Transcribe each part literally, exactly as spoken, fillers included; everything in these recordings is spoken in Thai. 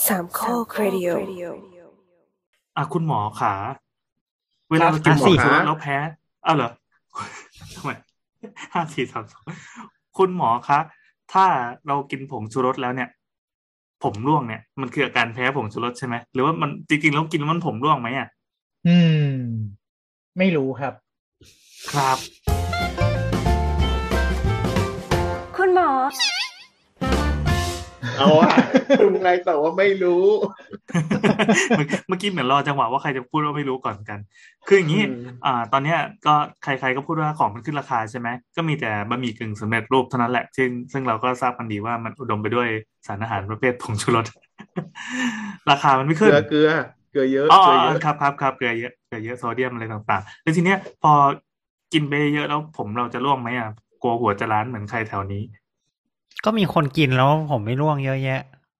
สามข้อครดิโออ่ะคุณหมอขาเวลาเรากินผงชูรสแล้วแพ้อ้าวเหรอทำไมห้าสี่สามสองคุณหมอคะถ้าเรากินผงชูรสแล้วเนี่ยผมร่วงเนี่ยมันคืออาการแพ้ผงชูรสใช่ไหมหรือว่ามันจริงๆแล้วกินแล้วมันผมร่วงไหมอ่ะอืมไม่รู้ครับครับคุณหมอเอาอ่ะคุณไงแต่ว่าไม่รู้เมื่อกี้เหมือนรอจังหวะว่าใครจะพูดว่าไม่รู้ก่อนกันคืออย่างนี้อ่าตอนเนี้ยก็ใครๆก็พูดว่าของมันขึ้นราคาใช่ไหมก็มีแต่บะหมี่กึ่งสำเร็จรูปเท่านั้นแหละซึ่งซึ่งเราก็ทราบกันดีว่ามันอุดมไปด้วยสารอาหารประเภทผงชูรส ราคามันไม่ขึ้นเกลือเกลือเยอะอ๋อครับครับครับเกลือเยอะเกลือเยอะโซเดียมอะไรต่างๆแล้วทีเนี้ยพอกินไปเยอะแล้วผมเราจะร่วงไหมอ่ะกลัวหัวจะล้านเหมือนใครแถวนี้ก็มีคนกินแล้วผมไม่ร่วงเยอะแยะ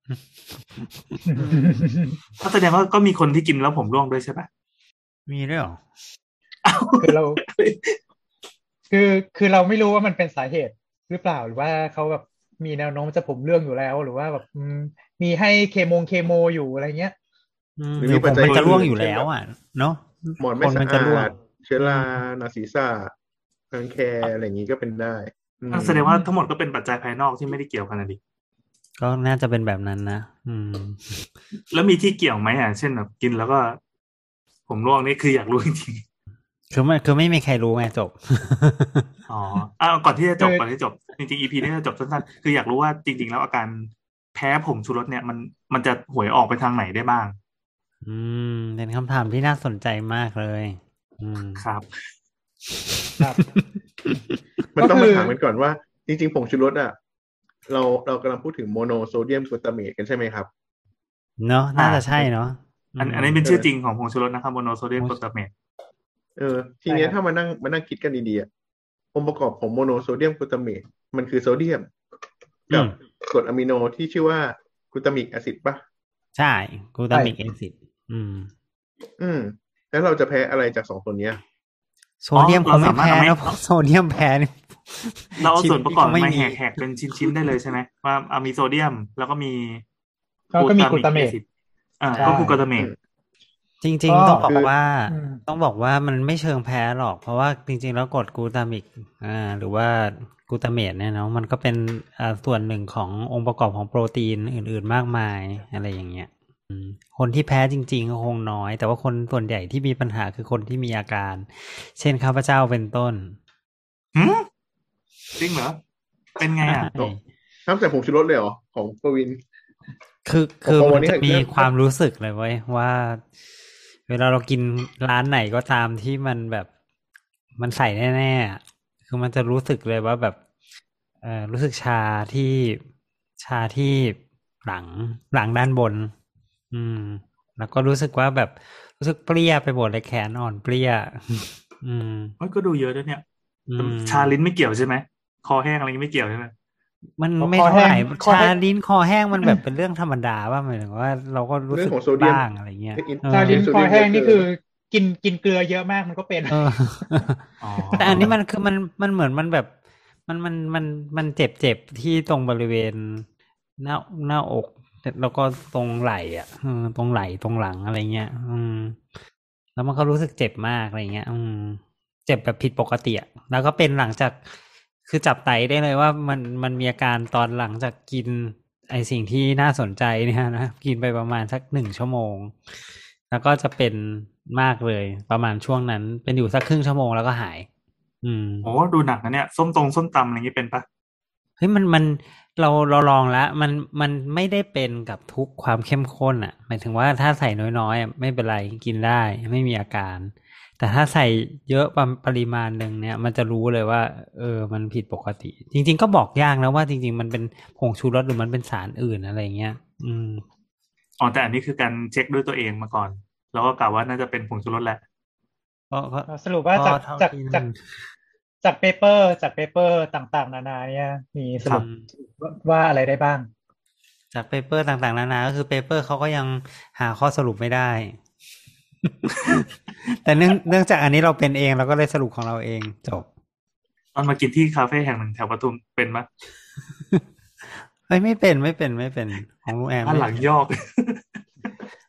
ก็แสดงว่าก็มีคนที่กินแล้วผมร่วงด้วยใช่ปะมีด้วยหรอคือเราคือคือเราไม่รู้ว่ามันเป็นสาเหตุหรือเปล่าหรือว่าเขาแบบมีแนวโน้มจะผมเรื่องอยู่แล้วหรือว่าแบบมีให้เคมงเคโมอยู่อะไรเงี้ยหรือผมมันจะร่วงอยู่แล้วอ่ะเนาะหมอนไม่สะอาดเชื้อราหนาศีรษะรังแคอะไรอย่างนี้ก็เป็นได้แสดงว่าทั้งหมดก็เป็นปัจจัยภายนอกที่ไม่ได้เกี่ยวกันนะดิก็น่าจะเป็นแบบนั้นนะอืมแล้วมีที่เกี่ยวไหมอ่ะเช่นแบบกินแล้วก็ผมร่วงนี่คืออยากรู้จริงๆคือไม่คือไม่มีใครรู้ไงจบอ๋ออ้าวก่อนที่จะจบก่อนที่จบจริงๆ อี พี นี้จะจบสั้นๆคืออยากรู้ว่าจริงๆแล้วอาการแพ้ผงชูรสเนี่ยมันมันจะหวยออกไปทางไหนได้บ้างอืมเป็นคำถามที่น่าสนใจมากเลยอืมครับครับมันต้องมาถามกันก่อนว่าจริงๆผงชูรสอ่ะเราเรากำลังพูดถึงโมโนโซเดียมกลูตาเมตกันใช่ไหมครับเนาะน่าจะใช่เนาะอันอันนี้เป็นชื่อจริงของผงชูรสนะครับโมโนโซเดียมกลูตาเมตเออทีนี้ถ้ามานั่งมานั่งคิดกันดีๆองค์ประกอบของโมโนโซเดียมกลูตาเมตมันคือโซเดียมกับกรดอะมิโนที่ชื่อว่ากลูตามิกแอซิดป่ะใช่กลูตามิกแอซิดอืมอืมแล้วเราจะแพ้อะไรจากสองตัวเนี้ยโซเดียมคงไม่แพ้นะโซเดียมแพ้นี่เราเอาส่วนประกอบมาแหกๆเป็นชิ้นๆได้เลยใช่ไหมว่าเอามีโซเดียมแล้วก็มีก็มีกลูตาเมตอ่าก็คือกลูตาเมตจริงๆต้องบอกว่าต้องบอกว่ามันไม่เชิงแพ้หรอกเพราะว่าจริงๆแล้วกรดกลูตามิกอ่าหรือว่ากลูตาเมตเนี่ยเนาะมันก็เป็นอ่าส่วนหนึ่งขององค์ประกอบของโปรตีนอื่นๆมากมายอะไรอย่างเงี้ยคนที่แพ้จริงๆก็คงน้อยแต่ว่าคนส่วนใหญ่ที่มีปัญหาคือคนที่มีอาการเช่นข้าพเจ้าเป็นต้นหืมจริงเหรอเป็นไงอ่ะทำแต่ผงชูรสเลยเหรอของปวินคือคือมันจะมีความรู้สึกเลยเว้ยว่าเวลาเรากินร้านไหนก็ตามที่มันแบบมันใส่แน่ๆคือมันจะรู้สึกเลยว่าแบบเอ่อรู้สึกชาที่ชาที่หลังหลังด้านบนอืมแล้วก็รู้สึกว่าแบบรู้สึกเปรี้ยไปหมดเลยแขนอ่อนเปรี้ยอืมก็ดูเยอะด้วยเนี่ยชาลิ้นไม่เกี่ยวใช่ไหมคอแห้งอะไรไม่เกี่ยวใช่ไหมมันไม่เท่าไหร่ชาลิ้นคอแห้งมันแบบเป็นเรื่องธรรมดาว่าหมายถึงว่าเราก็รู้สึกบ้างอะไรเงี้ยชาลิ้นคอแห้งนี่คือกินกินเกลือเยอะมากมันก็เป็นแต่อันนี้มันคือมันมันเหมือนมันแบบมันมันมันมันเจ็บเจ็บที่ตรงบริเวณหน้าหน้าอกแล้วก็ตรงไหล่อ่ะตรงไหล่ตรงหลังอะไรเงี้ยอืมแล้วมันก็รู้สึกเจ็บมากอะไรเงี้ยอืมเจ็บแบบผิดปกติอ่ะแล้วก็เป็นหลังจากคือจับไตได้เลยว่ามันมันมีอาการตอนหลังจากกินไอสิ่งที่น่าสนใจเนี่ยนะกินไปประมาณสักหนึ่งชั่วโมงแล้วก็จะเป็นมากเลยประมาณช่วงนั้นเป็นอยู่สักครึ่งชั่วโมงแล้วก็หายอืมโอ้ดูหนักนะเนี่ยส้มตรงส้มตำอะไรอย่างนี้เป็นปะเฮ้ยมันมันเราเราลองแล้วมันมันไม่ได้เป็นกับทุกความเข้มข้นอ่ะหมายถึงว่าถ้าใส่น้อยๆไม่เป็นไรกินได้ไม่มีอาการแต่ถ้าใส่เยอะปริมาณหนึ่งเนี่ยมันจะรู้เลยว่าเออมันผิดปกติจริงๆก็บอกยากนะว่าจริงๆมันเป็นผงชูรสหรือมันเป็นสารอื่นอะไรเงี้ยอืมอ๋อแต่อันนี้คือการเช็คด้วยตัวเองมาก่อนแล้วก็กล่าวว่าน่าจะเป็นผงชูรสแหละสรุปว่าจากจากจากจากเปเปอร์จากเปเปอร์ต่างๆนานาเนี่ยมีสรุปว่าอะไรได้บ้างจากเปเปอร์ต่างๆนานาก็คือเปเปอร์เขาก็ยังหาข้อสรุปไม่ได้แต่เนื่องเนื่องจากอันนี้เราเป็นเองเราก็เลยสรุปของเราเองจบตอนมากินที่คาเฟ่แห่งหนึ่งแถวปทุมเป็นมั้ยไม่ไม่เป็นไม่เป็นไม่เป็นของลุงแอมหลังยอก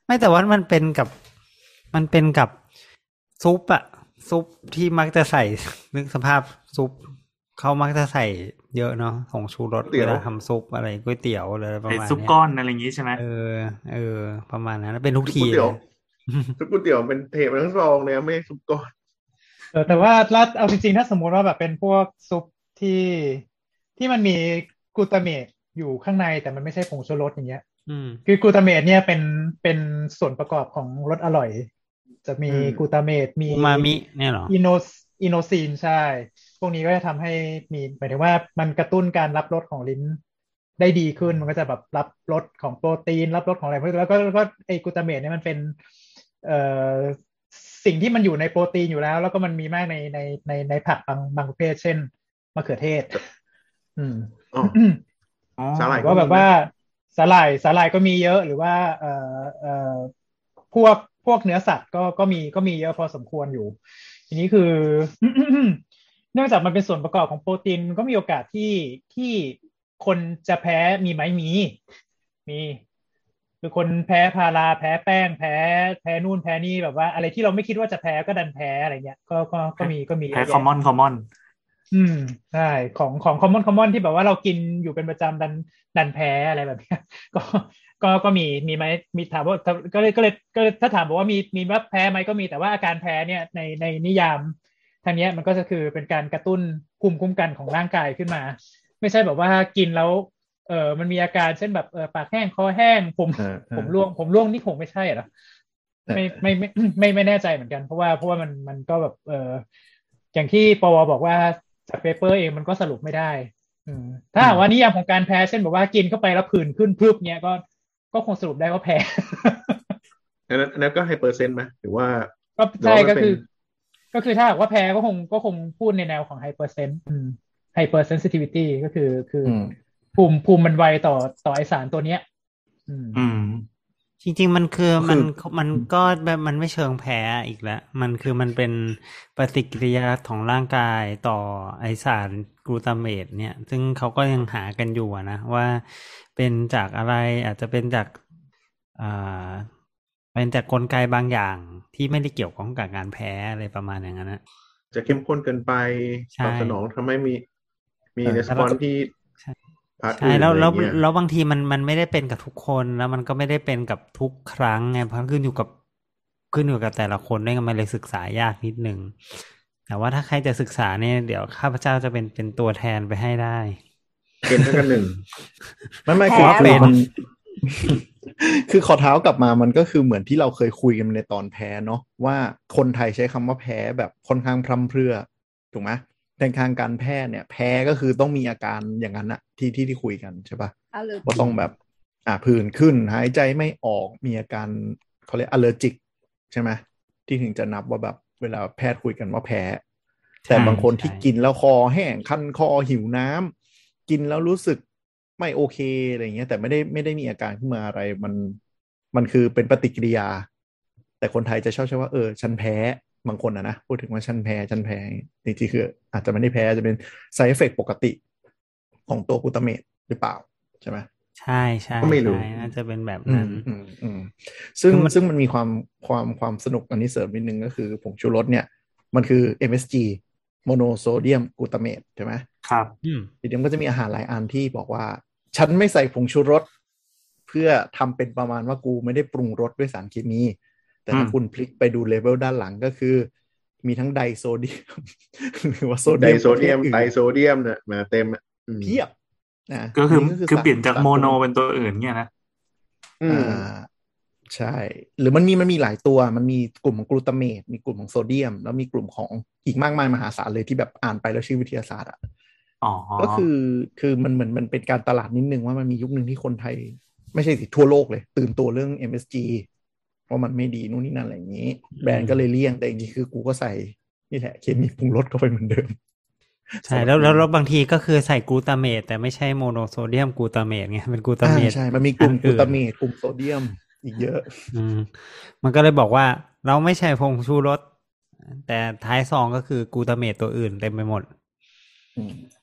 ไม่แต่ว่ามันเป็นกับมันเป็นกับซุปอะซุปที่มักจะใส่นึกสภาพซุปเขามักจะใส่เยอะเนาะผงชูรสเวลาทำซุปอะไรก๋วยเตี๋ยวอะไรประมาณนี้ซุปก้อนอะไรอย่างงี้ใช่ไหมเออเออประมาณนั้นเป็นทุกทีเลยซุปก๋วยเตี๋ยวเป็นเทปทั้งซองเลยไม่ซุปก้อนเออแต่ว่าแล้วเอาจริงๆถ้าสมมติว่าแบบเป็นพวกซุปที่ที่มันมีกลูตาเมตอยู่ข้างในแต่มันไม่ใช่ผงชูรสอย่างเงี้ยคือกลูตาเมตเนี่ยเป็นเป็นส่วนประกอบของรสอร่อยจะมีกลูตาเมตมีอูมามิเนี่ยหรออิโนอิโนซีนใช่พวกนี้ก็จะทำให้มีหมายถึงว่ามันกระตุ้นการรับรสของลิ้นได้ดีขึ้นมันก็จะแบบรับรสของโปรตีนรับรสของอะไรพวกนี้แล้วก็แล้วก็ไอ้กลูตาเมตเนี่ยมันเป็นเอ่อสิ่งที่มันอยู่ในโปรตีนอยู่แล้วแล้วก็มันมีมากในในในในผักบางบางประเภทเช่นมะเขือเทศอืมอ๋อสาหร่ายก็แบบว่าสาหร่ายสาหร่ายก็มีเยอะหรือว่าเอ่อเอ่อพวกพวกเนื้อสัตว์ก็ก็มีก็มีเยอะพอสมควรอยู่ทีนี้คือ เนื่องจากมันเป็นส่วนประกอบของโปรตีนก็มีโอกาสที่ที่คนจะแพ้มีไหมมีมีคือคนแพ้พาราแพ้แป้งแพ้แพ้นู่นแพ้นี่แบบว่าอะไรที่เราไม่คิดว่าจะแพ้ก็ดันแพ้อะไรเงี้ยก็ก็ก็มีก็มีแพ้คอมมอนคอมมอนอืมใช่ของของคอมมอนคอมมอนที่แบบว่าเรากินอยู่เป็นประจำดันดันแพ้อะไรแบบนี้ก็ก็ก็มีมีไหมมีถามว่าก็เลยก็เลยก็ถ้าถามบอกว่ามีมีว่าแพ้ไหมก็มีแต่ว่าอาการแพ้เนี่ยในในนิยามทางนี้มันก็จะคือเป็นการกระตุ้นภูมิคุ้มกันของร่างกายขึ้นมาไม่ใช่แบบว่ากินแล้วเออมันมีอาการเช่นแบบเออปากแห้งคอแห้งผมผมร่วงผมร่วงนี่คงไม่ใช่หรอไม่ไม่ไม่ไม่ไม่แน่ใจเหมือนกันเพราะว่าเพราะว่ามันมันก็แบบเอออย่างที่ปวบอกว่าจากเปเปอร์เองมันก็สรุปไม่ได้ถ้าหากว่านิยามของการแพ้เช่นบอกว่ากินเข้าไปแล้วผื่นขึ้นพรึบเนี้ยก็ก็คงสรุปได้ว่าแพ้อันนั้นอันนั้นก็ไฮเปอร์เซนต์ไหมหรือว่าก็ใช่ก็คือก็คือถ้าหากว่าแพ้ก็คงก็คงพูดในแนวของไฮเปอร์เซนต์ไฮเปอร์เซนซิทิวิตี้ก็คือคือภูมิภูมิมันไวต่อต่อไอสารตัวเนี้ยอืมจริงๆมันคือมันมันก็แบบมันไม่เชิงแพ้อีกแล้วมันคือมันเป็นปฏิกิริยาของร่างกายต่อไอสารกลูตาเมตเนี่ยซึ่งเขาก็ยังหากันอยู่นะว่าเป็นจากอะไรอาจจะเป็นจากอ่าเป็นจากกลไกบางอย่างที่ไม่ได้เกี่ยวข้องกับการแพ้อะไรประมาณอย่างนั้นนะจะเข้มข้นเกินไปตอบสนองทำให้มีมีรีสปอนส์ที่ใช่แล้วแล้วแล้วบางทีมันมันไม่ได้เป็นกับทุกคนแล้วมันก็ไม่ได้เป็นกับทุกครั้งไงเพราะขึ้นอยู่กับขึ้นอยู่กับแต่ละคนด้วยกันมันเลยศึกษายากนิดนึงแต่ว่าถ้าใครจะศึกษาเนี่ยเดี๋ยวข้าพเจ้าจะเป็นเป็นตัวแทนไปให้ได้เป็นทั้งกันหนึ่งไม่ไม่คือเป็นคือขอเท้ากลับมามันก็คือเหมือนที่เราเคยคุยกันในตอนแพ้เนาะว่าคนไทยใช้คำว่าแพ้แบบค่อนข้างพร่ำเพรื่อถูกไหมในทางการแพทย์เนี่ยแพ้ก็คือต้องมีอาการอย่างนั้นอะที่ที่ที่คุยกันใช่ปะว่าต้องแบบอ่าผื่นขึ้นหายใจไม่ออกมีอาการเขาเรียกอัลเลอร์จิกใช่ไหมที่ถึงจะนับว่าแบบเวลาแพทย์คุยกันว่าแพ้แต่บางคนที่กินแล้วคอแห้งคันคอหิวน้ำกินแล้วรู้สึกไม่โอเคอะไรเงี้ยแต่ไม่ได้ไม่ได้มีอาการขึ้นมาอะไรมันมันคือเป็นปฏิกิริยาแต่คนไทยจะชอบใช้ว่าเออฉันแพ้บางคนนะนะพูดถึงว่าฉันแพ้ฉันแพ้จริงๆคืออาจจะไม่ได้แพ้จะเป็น side effect ปกติของตัวกลูตาเมตหรือเปล่าใช่ไหมใช่ใช่ก็ไม่รู้น่าจะเป็นแบบนั้นซึ่งซึ่งมันมีความความความสนุกอันนี้เสริมนิดนึงก็คือผงชูรสเนี่ยมันคือ เอ็ม เอส จี monosodium glutamate ใช่ไหมครับทีนี้มันก็จะมีอาหารหลายอันที่บอกว่าฉันไม่ใส่ผงชูรสเพื่อทำเป็นประมาณว่ากูไม่ได้ปรุงรสด้วยสารเคมีแต่ถ้าคุณพลิกไปดูเลเวลด้านหลังก็คือมีทั้งไดโซเดียมหรือว่าโซเดียมไดโซเดียมไดโซเดียมเนี่ยมาเต็มเพียบนะก็คือคือเปลี่ยนจากโมโนเป็นตัวอื่นเนี่ยนะอ่าใช่หรือมันมีมันมีหลายตัวมันมีกลุ่มของกลูตาเมตมีกลุ่มของโซเดียมแล้วมีกลุ่มของอีกมากมายมหาศาลเลยที่แบบอ่านไปแล้วชื่อวิทยาศาสตร์อ่ะก็คือคือมันเหมือนมันเป็นการตลาดนิดนึงว่ามันมียุคนึงที่คนไทยไม่ใช่สิทั่วโลกเลยตื่นตัวเรื่อง เอ็ม เอส จี เพราะมันไม่ดีนู่นนี่นั่นอะไรอย่างนี้แบรนด์ก็เลยเลี่ยงแต่จริงๆคือกูก็ใส่นี่แหละเคมีปรุงรสเข้าไปเหมือนเดิมใช่แล้วแล้วบางทีก็คือใส่กลูตาเมตแต่ไม่ใช่โมโนโซเดียมกลูตาเมตไงเป็นกลูตาเมตใช่มันมีกลุ่มกลูตาเมตกลุ่มโซเดียมอีกเยอะอืมมันก็เลยบอกว่าเราไม่ใช่ผงชูรสแต่ท้ายซองก็คือกลูตาเมตตัวอื่นเต็มไปหมด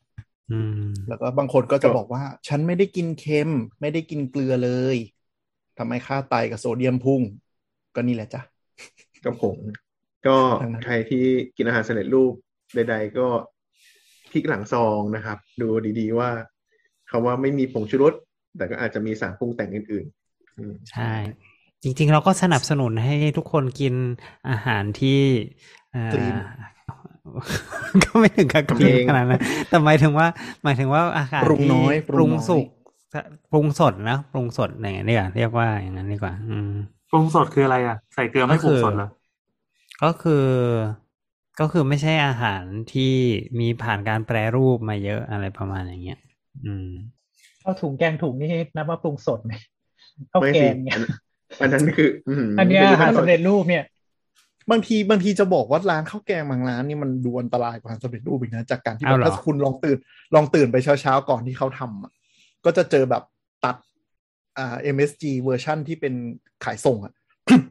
แล้วก็บางคนก็จะบอกว่าฉันไม่ได้กินเค็มไม่ได้กินเกลือเลยทำให้ค่าไตกับโซเดียมพุ่งก็นี่แหละจ้ะกับผมก็ใครที่กินอาหารสำเร็จรูปใดๆก็พลิกหลังซองนะครับดูดีๆว่าเขาว่าไม่มีผงชูรสแต่ก็อาจจะมีสารปรุงแต่งอื่นๆใช่จริงๆเราก็สนับสนุนให้ทุกคนกินอาหารที่ก็ไม่ถึงกับกินขนาดนั้นแต่หมายถึงว่าหมายถึงว่าอาหารที่ปรุงสุกปรุงสดนะปรุงสดอย่างนี้ดีกว่าเรียกว่าอย่างนั้นดีกว่าอืมปรุงสดคืออะไรอ่ะใส่เกลือไม่ปรุงสดเหรอก็คือก็คือไม่ใช่อาหารที่มีผ่านการแปรรูปมาเยอะอะไรประมาณอย่างเงี้ยอืมข้าวถุงแกงถุงนี่นับว่าปรุงสดไหมข้าวแกงเนี่ยอันนั้นคืออันนี้อาหารสำเร็จรูปเนี่ยบางทีบางทีจะบอกว่าร้านข้าวแกงบางร้านนี่มันดูอันตรายกว่าสำเร็จรูปอีกนะจากการที่ถ้าคุณลองตื่นลองตื่นไปเช้าๆก่อนที่เขาทำอ่ะก็จะเจอแบบตัดอ่า เอ็ม เอส จี เวอร์ชั่นที่เป็นขายส่งอ่ะ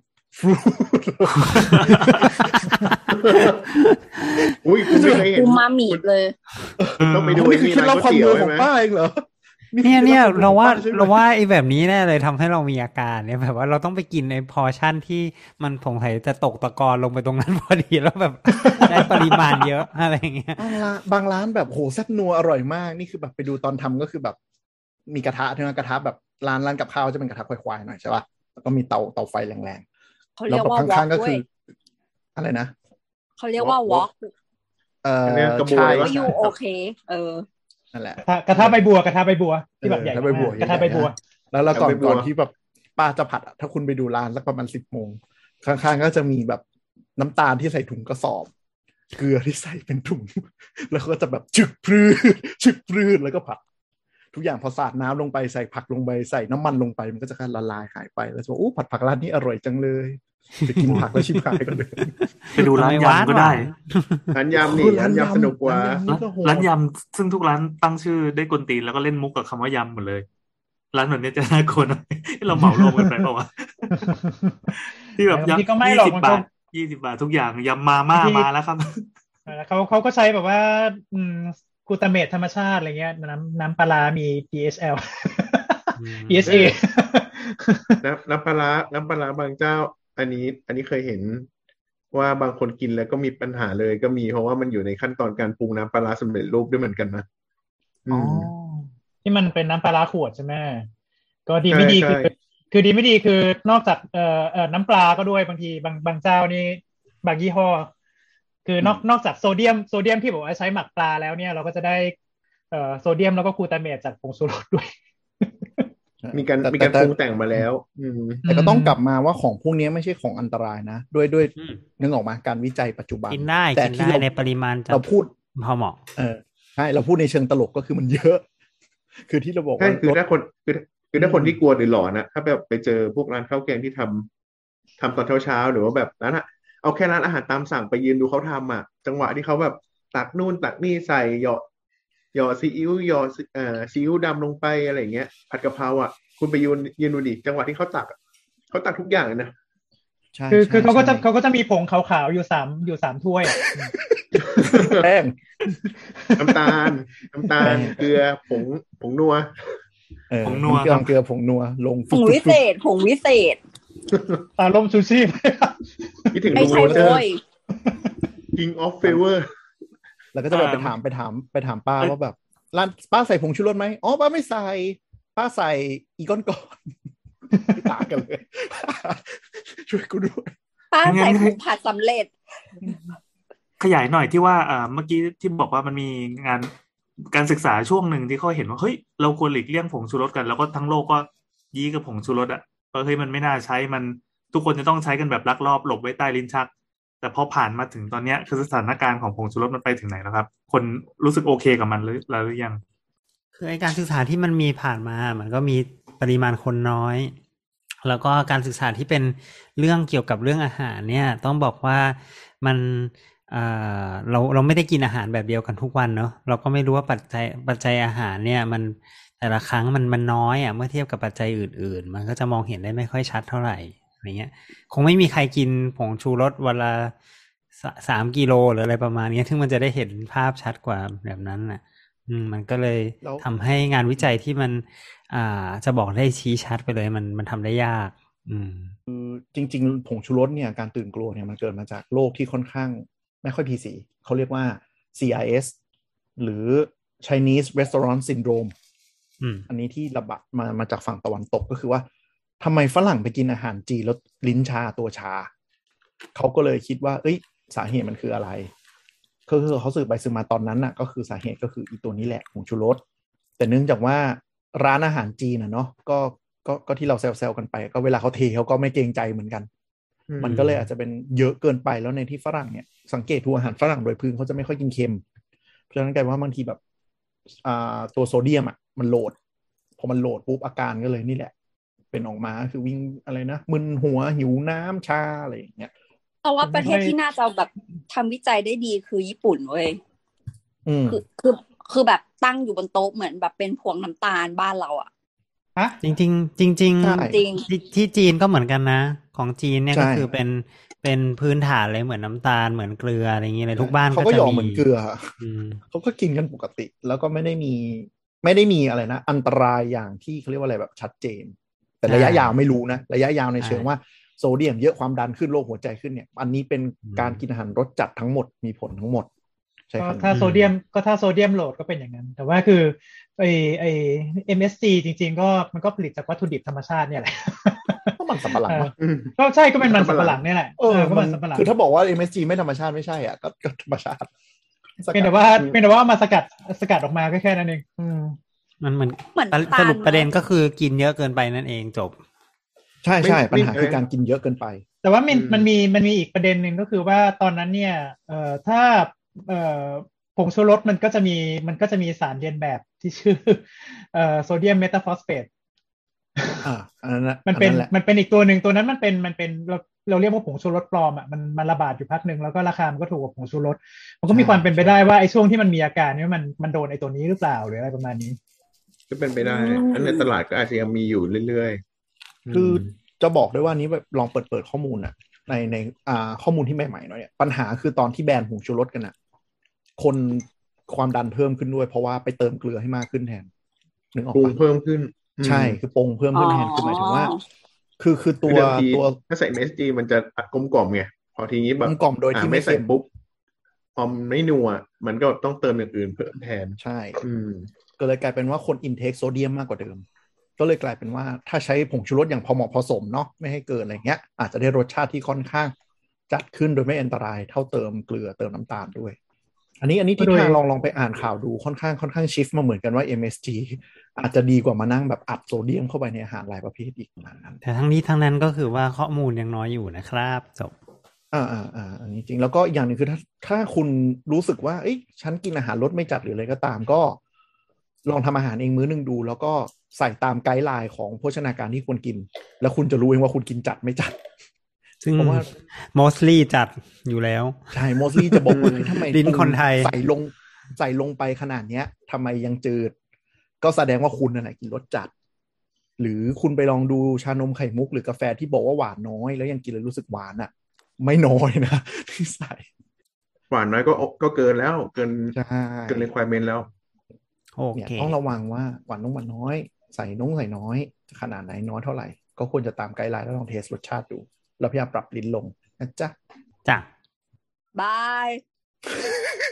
อุ้ยคุณไม่เคยเห็นอูมามิเลยต้องไปดูนี่คือเคล็ดลับความรวยของป้าเองเหรอเนี่ยเนี่ยเราว่าเราว่าไอ้แบบนี้แน่เลยทำให้เรามีอาการเนี่ยแบบว่าเราต้องไปกินในพอร์ชั่นที่มันผงไถจะตกตะกอนลงไปตรงนั้นพอดีแล้วแบบได้ปริมาณเยอะอะไรอย่างเงี้ยบางร้านแบบโหแซ่บนัวอร่อยมากนี่คือแบบไปดูตอนทำก็คือแบบมีกระทะใช่ไหมกระทะแบบร้านร้านกับข้าวจะเป็นกระทะควายๆหน่อยใช่ป่ะแล้วก็มีเตาเตาไฟแรงๆเขาเรียกว่าวอล์กด้วยอะไรนะเขาเรียกว่าวอล์กเอ่อใช่อยู่โอเคเออนั่นแหละกระทะใบบัวกระทะใบบัวที่แบบใหญ่กระทะใบบัวแล้วแล้วก่อนก่อนที่แบบป้าจะผัดถ้าคุณไปดูร้านสักประมาณสิบโมงข้างๆก็จะมีแบบน้ำตาลที่ใส่ถุงกระสอบเกลือที่ใส่เป็นถุงแล้วก็จะแบบชึกพรืดชึกพรืดแล้วก็ผัดทุกอย่างพอสาดน้ำลงไปใส่ผักลงไปใส่น้ำมันลงไปมันก็จะค่อยละลายหายไปแล้วจะบอกโอ้ผัดผักร้านนี้อร่อยจังเลยไปกินผักแล้วชิบหายกันเลยไปดูร้านยำก็ได้ร้านยำนี่ร้านยำสนุกกว่าร้านยำซึ่งทุกร้านตั้งชื่อได้กวนตีนแล้วก็เล่นมุกกับคำว่ายำหมดเลยร้านแบบนี้จะน่ากลัวหน่อยเราเหมารวมกันไปเปล่าวะที่แบบยำยี่สิบบาทยี่สิบบาททุกอย่างยำมาม่ามาแล้วครับเขาเขาก็ใช้แบบว่าอืมกูตาเมตธรรมชาติอะไรเงี้ยน้ำน้ำปลามี ดี เอส แอล ดี เอส เอน้ำน้ำปลาน้ำปลาบางเจ้าอันนี้อันนี้เคยเห็นว่าบางคนกินแล้วก็มีปัญหาเลยก็มีเพราะว่ามันอยู่ในขั้นตอนการปรุงน้ำปลาสำเร็จรูปด้วยเหมือนกันนะอ๋อที่มันเป็นน้ำปลาขวดใช่ไหมก็ดีไม่ดีคือคือดีไม่ดีคือนอกจากเอ่อเอ่อน้ำปลาก็ด้วยบางทีบางบางเจ้านี่บางยี่ห้อคือนอกนอกจากโซเดียมโซเดียมที่บอกว่าใช้หมักปลาแล้วเนี่ยเราก็จะได้เอ่อโซเดียมแล้วก็กลูตาเมตจากผงชูรสด้วยมีการมีการปรุงแต่งมาแล้วแต่ก็ต้องกลับมาว่าของพวกนี้ไม่ใช่ของอันตรายนะด้วยด้วยนึกออกมาการวิจัยปัจจุบันกินได้แต่ที่ในปริมาณเราพูดพอเหมาะเออใช่เราพูดในเชิงตลกก็คือมันเยอะคือที่เราบอกว่าคือถ้าคนคือคือถ้าคนที่กลัวหรือหลอนนะถ้าแบบไปเจอพวกร้านข้าวแกงที่ทำทำตอนเช้าๆหรือว่าแบบนั้นอะเอาแค่ร้านอาหารตามสั่งไปยืนดูเขาทำอ่ะจังหวะที่เขาแบบตักนู่นตักนี่ใส่หยอดหยอดซีอิ๊วหยอดเอ่อซีอิ๊วดำลงไปอะไรเงี้ยผัดกะเพราอ่ะคุณไปยืนยืนดูดิจังหวะที่เขาตักเขาตักทุกอย่างเลยนะใช่คือคือเขาก็จะเขาก็จะมีผงขาวๆอยู่สามอยู่สามถ้วยแป้งน้ำตาลน้ำตาลเกลือผงผงนัวผงนัวเกลือเกลือผงนัวลงผงวิเศษผงวิเศษตาลมซูชิคิดถึงลูกโรเจอร์ King of Flavor แล้วก็จะแบบไปถามไปถามไปถามป้าว่าแบบร้านป้าใส่ผงชูรสไหมอ๋อป้าไม่ใส่ป้าใส่อีก้อนก่อนต่างกันเลยช่วยกูด้วยป้าใส่ผงผัดสำเร็จขยายหน่อยที่ว่าอ่าเมื่อกี้ที่บอกว่ามันมีงานการศึกษาช่วงหนึ่งที่เขาเห็นว่าเฮ้ยเราควรหลีกเลี่ยงผงชูรสกันแล้วก็ทั้งโลกก็ยี้กับผงชูรสอะก็เฮ้ยมันไม่น่าใช้มันทุกคนจะต้องใช้กันแบบลักลอบหลบไว้ใต้ลิ้นชักแต่พอผ่านมาถึงตอนนี้คือสถานการณ์ของผงชูรสมันไปถึงไหนแล้วครับคนรู้สึกโอเคกับมันหรือหรือยังคือไอ้การศึกษาที่มันมีผ่านมามันก็มีปริมาณคนน้อยแล้วก็การศึกษาที่เป็นเรื่องเกี่ยวกับเรื่องอาหารเนี่ยต้องบอกว่ามันเอ่อเราเราไม่ได้กินอาหารแบบเดียวกันทุกวันเนาะเราก็ไม่รู้ว่าปัจจัยปัจจัยอาหารเนี่ยมันแต่ละครั้งมันมันน้อยอ่ะเมื่อเทียบกับปัจจัยอื่นๆมันก็จะมองเห็นได้ไม่ค่อยชัดเท่าไหร่อะไรเงี้ยคงไม่มีใครกินผงชูรสวันละสามกิโลหรืออะไรประมาณนี้ซึ่งมันจะได้เห็นภาพชัดกว่าแบบนั้นน่ะอือืมมันก็เลยแล้วทำให้งานวิจัยที่มัน อ่า จะบอกได้ชี้ชัดไปเลยมันมันทำได้ยาก อืมคือจริงๆผงชูรสเนี่ยการตื่นกลัวเนี่ยมันเกิดมาจากโรคที่ค่อนข้างไม่ค่อย พี ซี เขาเรียกว่า ซี ไอ เอส หรือ Chinese Restaurant Syndrome อืมอันนี้ที่ระบาดมามาจากฝั่งตะวันตกก็คือว่าทำไมฝรั่งไปกินอาหารจีนแล้วลิ้นชาตัวชาเขาก็เลยคิดว่าเอ้ยสาเหตุมันคืออะไรก็คือเขาสืบไปสืบมาตอนนั้นน่ะก็คือสาเหตุก็คืออีตัวนี้แหละผงชูรสแต่เนื่องจากว่าร้านอาหารจีนน่ะเนาะก็ก็ก็ที่เราแซวๆกันไปก็เวลาเขาเทเขาก็ไม่เกรงใจเหมือนกันมันก็เลยอาจจะเป็นเยอะเกินไปแล้วในที่ฝรั่งเนี่ยสังเกตดูอาหารฝรั่งโดยพื้นเขาจะไม่ค่อยกินเค็มเพราะฉะนั้นกลายว่าบางทีแบบอ่าตัวโซเดียมอ่ะมันโหลดพอมันโหลดปุ๊บอาการก็เลยนี่แหละเป็นออกมาคือวิ่งอะไรนะมึนหัวหิวน้ำชาอะไรอย่างเงี้ยแต่ว่าประเทศที่น่าจะแบบทำวิจัยได้ดีคือญี่ปุ่นเว้ยอืมคือคือคือแบบตั้งอยู่บนโต๊ะเหมือนแบบเป็นพวงน้ำตาลบ้านเราอ่ะฮะจริงจริงๆจริงจริงใช่จริงที่ที่จีนก็เหมือนกันนะ ของจีนเนี่ยใช่ก็คือเป็นเป็นพื้นฐานเลยเหมือนน้ำตาลเหมือนเกลืออะไรอย่างเงี้ยเลยทุกบ้านเขาก็ก็จะหยอกมีเหมือนเกลืออืมเขาก็กินกันปกติ แล้วก็ไม่ได้มีไม่ได้มีอะไรนะอันตรายอย่างที่เขาเรียกว่าอะไรแบบชัดเจน แต่ระยะใช่ยาวไม่รู้นะระยะยาวในใช่เชิงว่าโซเดียมเยอะความดันขึ้นโรคหัวใจขึ้นเนี่ยอันนี้เป็นอืมการกินอาหารรสจัดทั้งหมดมีผลทั้งหมดใช่ก็ครับถ้าโซเดียมก็ถ้าโซเดียมโหลดก็เป็นอย่างนั้น แต่ว่าคือไอไอ เอ็ม เอส จี จริงๆก็มันก็ผลิตจากวัตถุดิบธรรมชาติเนี่ยแหละก็มันสำปะหลังเออวะอืมก็ใช่ก็เป็นมันสำปะหลังเนี่ยแหละเออก็มัมัน นสำปะหลังคือถ้าบอกว่า เอ็ม เอส จี ไม่ธรรมชาติไม่ใช่อ่ะก็ก็ธรรมชาติเพียงแต่ว่าเพียงแต่ว่ามาสกัดสกัดออกมาก็แค่นั้นเองอืมมันเหมือนเหมือนสตาลรุปประเด็นก็คือกินเยอะเกินไปนั่นเองจบใช่ใช่ไม่ปัญหาไม่คือการกินเยอะเกินไปแต่ว่ามันอืมมันมีมันมีอีกประเด็นหนึ่งก็คือว่าตอนนั้นเนี่ยเอ่อถ้าเอ่อผงชูรสมันก็จะมีมันก็จะมีสารเลียนแบบที่ชื่อเอ่อโซเดียมเมตาฟอสเฟตอ่าอันนั้นแหละมันเป็นอัแหละมันเป็นอีกตัวหนึ่งตัวนั้นมันเป็นมันเป็นเราเราเรียกว่าผงชูรสปลอมอ่ะมันมันระบาดอยู่พักหนึ่งแล้วก็ราคามันก็ถูกกว่าผงชูรสมันก็มีความเป็นไปได้ว่าไอ้ช่วงที่มันมีอาการเนี่ยมันมันโดนไอ้ตัวนี้หรือเปล่าหรืออะไรประมาณนี้ก็เป็นไปได้อันในตลาดก็อาจจะยังมีอยู่เรื่อยๆคือจะบอกได้ว่านี้แบบลองเปิดเปิดข้อมูลอะในในอ่าข้อมูลที่ใหม่ๆหน่อยเนี่ยปัญหาคือตอนที่แบนผงชูรสกันอะคนความดันเพิ่มขึ้นด้วยเพราะว่าไปเติมเกลือให้มากขึ้นแทนนึกออกปรุงปะเพิ่มขึ้นอืมใช่คือปรุงเพิ่มขึ้นแทนอ๋อคือหมายถึงว่า คือคือคืตัอวเดิมทีตัวถ้าใส่ เอ็ม เอส จี มันจะกลมกล่อมไงพอทีนี้แบบกลมกล่อมโดยที่อ่าไม่ไม่ใส่เค็มปุ๊บพอไม่นัวมันก็ต้องเติมอย่างอื่นเพิ่มแทนใช่อืมก็เลยกลายเป็นว่าคนอินเทคโซเดียมมากกว่าเดิม ก็เลยกลายเป็นว่าถ้าใช้ผงชูรสอย่างพอเหมาะพอสมเนาะไม่ให้เกินอะไรเงี้ยอาจจะได้รสชาติที่ค่อนข้างจัดขึ้นโดยไม่อันตรายเท่าเติมเกลือเติมน้ำตาลด้วย อันนี้อันนี้ที่โดยทางลองลองไปอ่านข่าวดูค่อนข้างค่อนข้างชิฟมาเหมือนกันว่า เอ็ม เอส จี อาจจะดีกว่ามานั่งแบบอัดโซเดียมเข้าไปในอาหารหลายประเภทอีกประมาณนั้นแต่ทั้งนี้ทั้งนั้นก็คือว่าข้อมูลยังน้อยอยู่นะครับจบอ่าอ่าอ่าอันนี้จริงแล้วก็อีกอย่างหนึ่งคือถ้าถ้าคุณรู้สึกว่าเอ้ยฉันกินอาหารรสไม่จัดหรืออะไรก็ตามก็ลองทำอาหารเองมื้อนึงดู แล้วก็ใส่ตามไกด์ไลน์ของโภชนาการที่ควรกิน แล้วคุณจะรู้เองว่าคุณกินจัดไม่จัดซึ่งเพราะว่า mostly จัดอยู่แล้วใช่โมสลี่จะบอกว่าเฮ้ยทำไมลิ้นคนไทยใส่ลงใส่ลงไปขนาดเนี้ยทำไมยังจืด ก็แสดงว่าคุณนั่นแหละกินรสจัด หรือคุณไปลองดูชานมไข่มุกหรือกาแฟที่บอกว่าหวานน้อยแล้วยังกินแล้วรู้สึกหวานอ่ะ ไม่น้อยนะ ที่ใส่หวานน้อยก็ก็เกินแล้วเกินใช่เกิน requirement แล้วโอเนี่ยเคต้องระวังว่าหวานน้องหวานน้อย ใส่น้องใส่น้อยขนาดไหนน้อยเท่าไหร่ก็ควรจะตามไกด์ไลน์แล้วลองเทสรสชาติดู แล้วพยายามปรับลิ้นลงนะจ๊ะจ้ะบาย